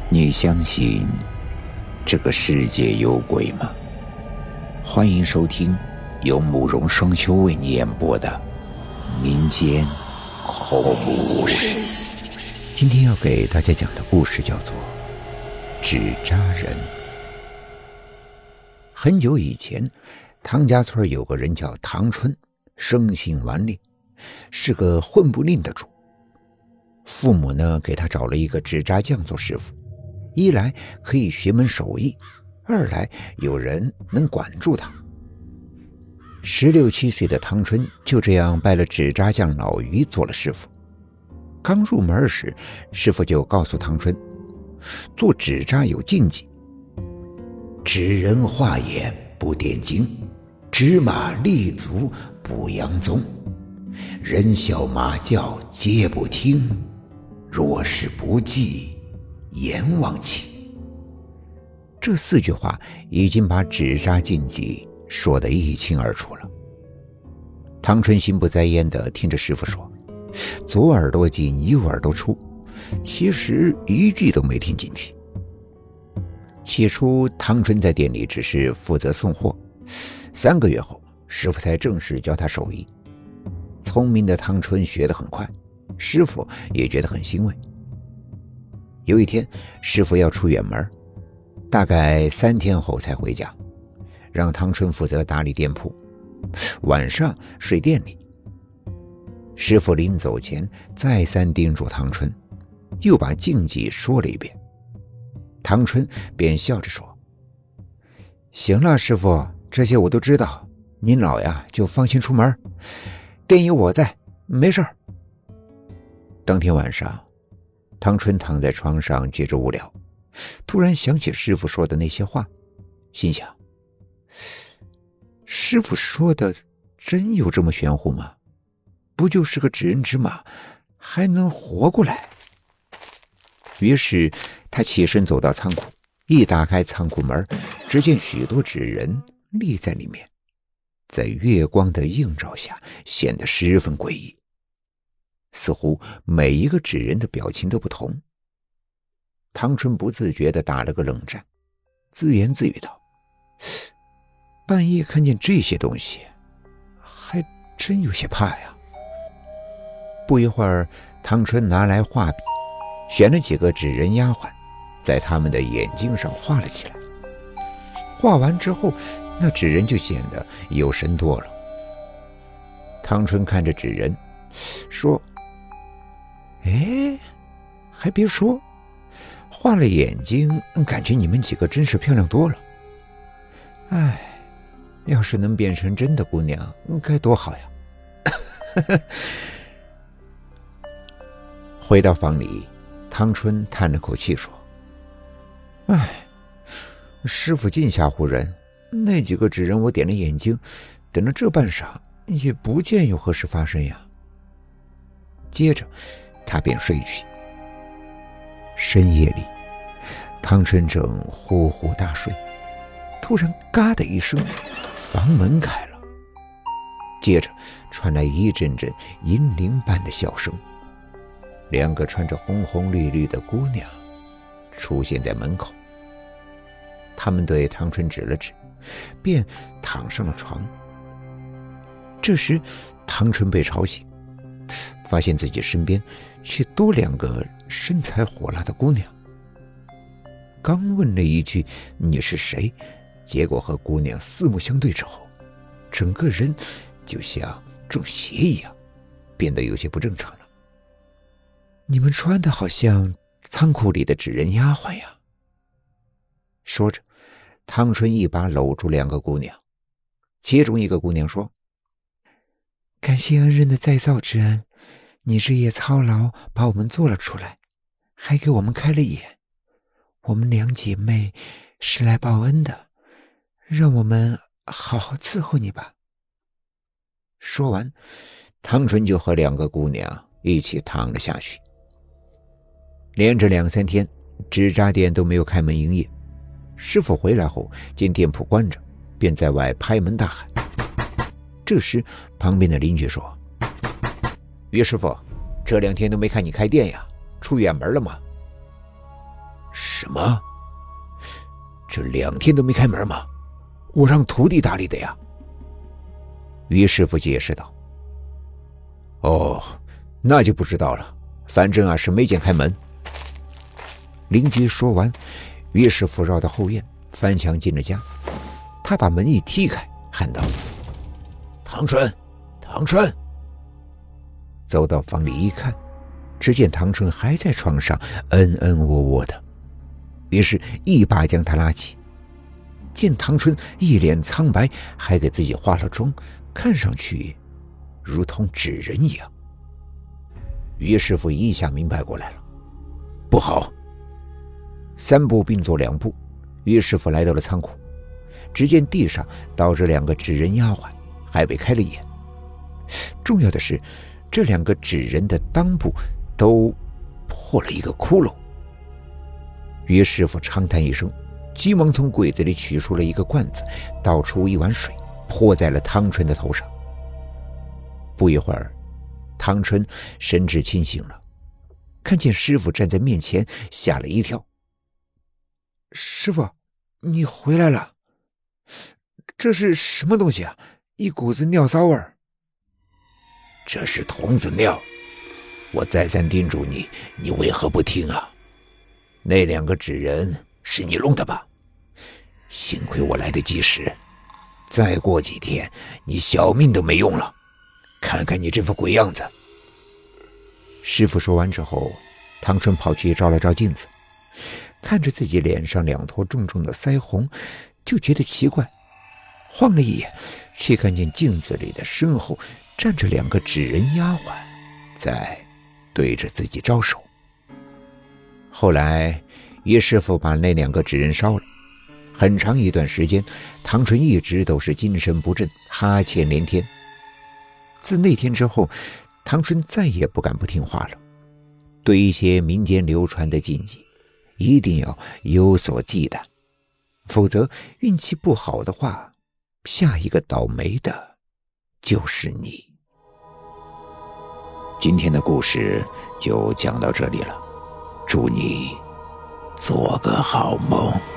你相信这个世界有鬼吗？欢迎收听由慕容双修为你演播的民间恐怖故事。今天要给大家讲的故事叫做纸扎人。很久以前，唐家村有个人叫唐春，生性顽劣，是个混不吝的主。父母呢，给他找了一个纸扎匠做师傅，一来可以学门手艺，二来有人能管住他。16、17岁的唐春就这样拜了纸扎匠老于做了师傅。刚入门时，师傅就告诉唐春，做纸扎有禁忌，纸人画眼不点睛，纸马立足不扬宗，人小马叫皆不听，若是不记阎王气。这4句话已经把纸扎禁忌说得一清二楚了。唐春心不在焉地听着师傅说，左耳朵进右耳朵出，其实一句都没听进去。起初唐春在店里只是负责送货，3个月后师傅才正式教他手艺。聪明的唐春学得很快，师傅也觉得很欣慰。有一天师傅要出远门，大概3天后才回家，让唐春负责打理店铺，晚上睡店里。师傅临走前再三叮嘱唐春，又把禁忌说了一遍。唐春便笑着说，行了师傅，这些我都知道，您老呀就放心出门，店有我在，没事儿。当天晚上，唐春躺在床上觉着无聊，突然想起师傅说的那些话，心想，师傅说的真有这么玄乎吗？不就是个纸人纸马，还能活过来？于是他起身走到仓库，一打开仓库门，只见许多纸人立在里面，在月光的映照下显得十分诡异，似乎每一个纸人的表情都不同。唐春不自觉地打了个冷战，自言自语道，半夜看见这些东西还真有些怕呀。不一会儿，唐春拿来画笔，选了几个纸人丫鬟，在他们的眼睛上画了起来。画完之后，那纸人就显得有神多了。唐春看着纸人说，哎，还别说，画了眼睛，感觉你们几个真是漂亮多了。哎，要是能变成真的姑娘该多好呀。回到房里，唐春叹了口气说，哎，师傅尽吓唬人，那几个纸人我点了眼睛，等了这半晌也不见有何事发生呀。接着他便睡去。深夜里，唐春正呼呼大睡，突然嘎的一声，房门开了，接着传来一阵阵银铃般的笑声。2个穿着红红绿绿的姑娘出现在门口，他们对唐春指了指，便躺上了床。这时唐春被吵醒，发现自己身边却多2个身材火辣的姑娘。刚问了一句你是谁，结果和姑娘四目相对之后，整个人就像中邪一样，变得有些不正常了。你们穿的好像仓库里的纸人丫鬟呀。说着，唐春一把搂住2个姑娘，其中一个姑娘说，感谢恩人的再造之恩，你日夜操劳把我们做了出来，还给我们开了眼，我们2姐妹是来报恩的，让我们好好伺候你吧。说完，唐春就和2个姑娘一起躺了下去。连着2、3天，纸扎店都没有开门营业。师傅回来后，见店铺关着，便在外拍门大喊。这时旁边的邻居说，于师傅，这2天都没看你开店呀，出远门了吗？ 什么？这2天都没开门吗？我让徒弟打理的呀。于师傅解释道。哦，那就不知道了，反正是没见开门。邻居说完，于师傅绕到后院，翻墙进了家。他把门一踢开，喊道：唐春，唐春！走到房里一看，只见唐春还在床上嗯嗯喔喔的，于是一把将他拉起。见唐春一脸苍白，还给自己化了妆，看上去如同纸人一样。于师傅一下明白过来了，不好！3步并作2步，于师傅来到了仓库，只见地上倒着2个纸人丫鬟，还被开了眼。重要的是，这2个纸人的裆部都破了一个窟窿。于师傅长叹一声，急忙从柜子里取出了一个罐子，倒出一碗水，泼在了汤春的头上。不一会儿，汤春神志清醒了，看见师傅站在面前，吓了一跳。师傅，你回来了。这是什么东西啊？一股子尿骚味儿。这是童子尿，我再三叮嘱你，你为何不听啊？那2个纸人是你弄的吧？幸亏我来得及时，再过几天你小命都没用了。看看你这副鬼样子。师傅说完之后，唐春跑去照了照镜子，看着自己脸上2坨重重的腮红，就觉得奇怪，晃了一眼，却看见镜子里的身后站着2个纸人丫鬟，在对着自己招手。后来于师傅把那2个纸人烧了，很长一段时间，唐春一直都是精神不振，哈欠连天。自那天之后，唐春再也不敢不听话了，对一些民间流传的禁忌一定要有所忌惮，否则运气不好的话，下一个倒霉的就是你。今天的故事就讲到这里了，祝你做个好梦。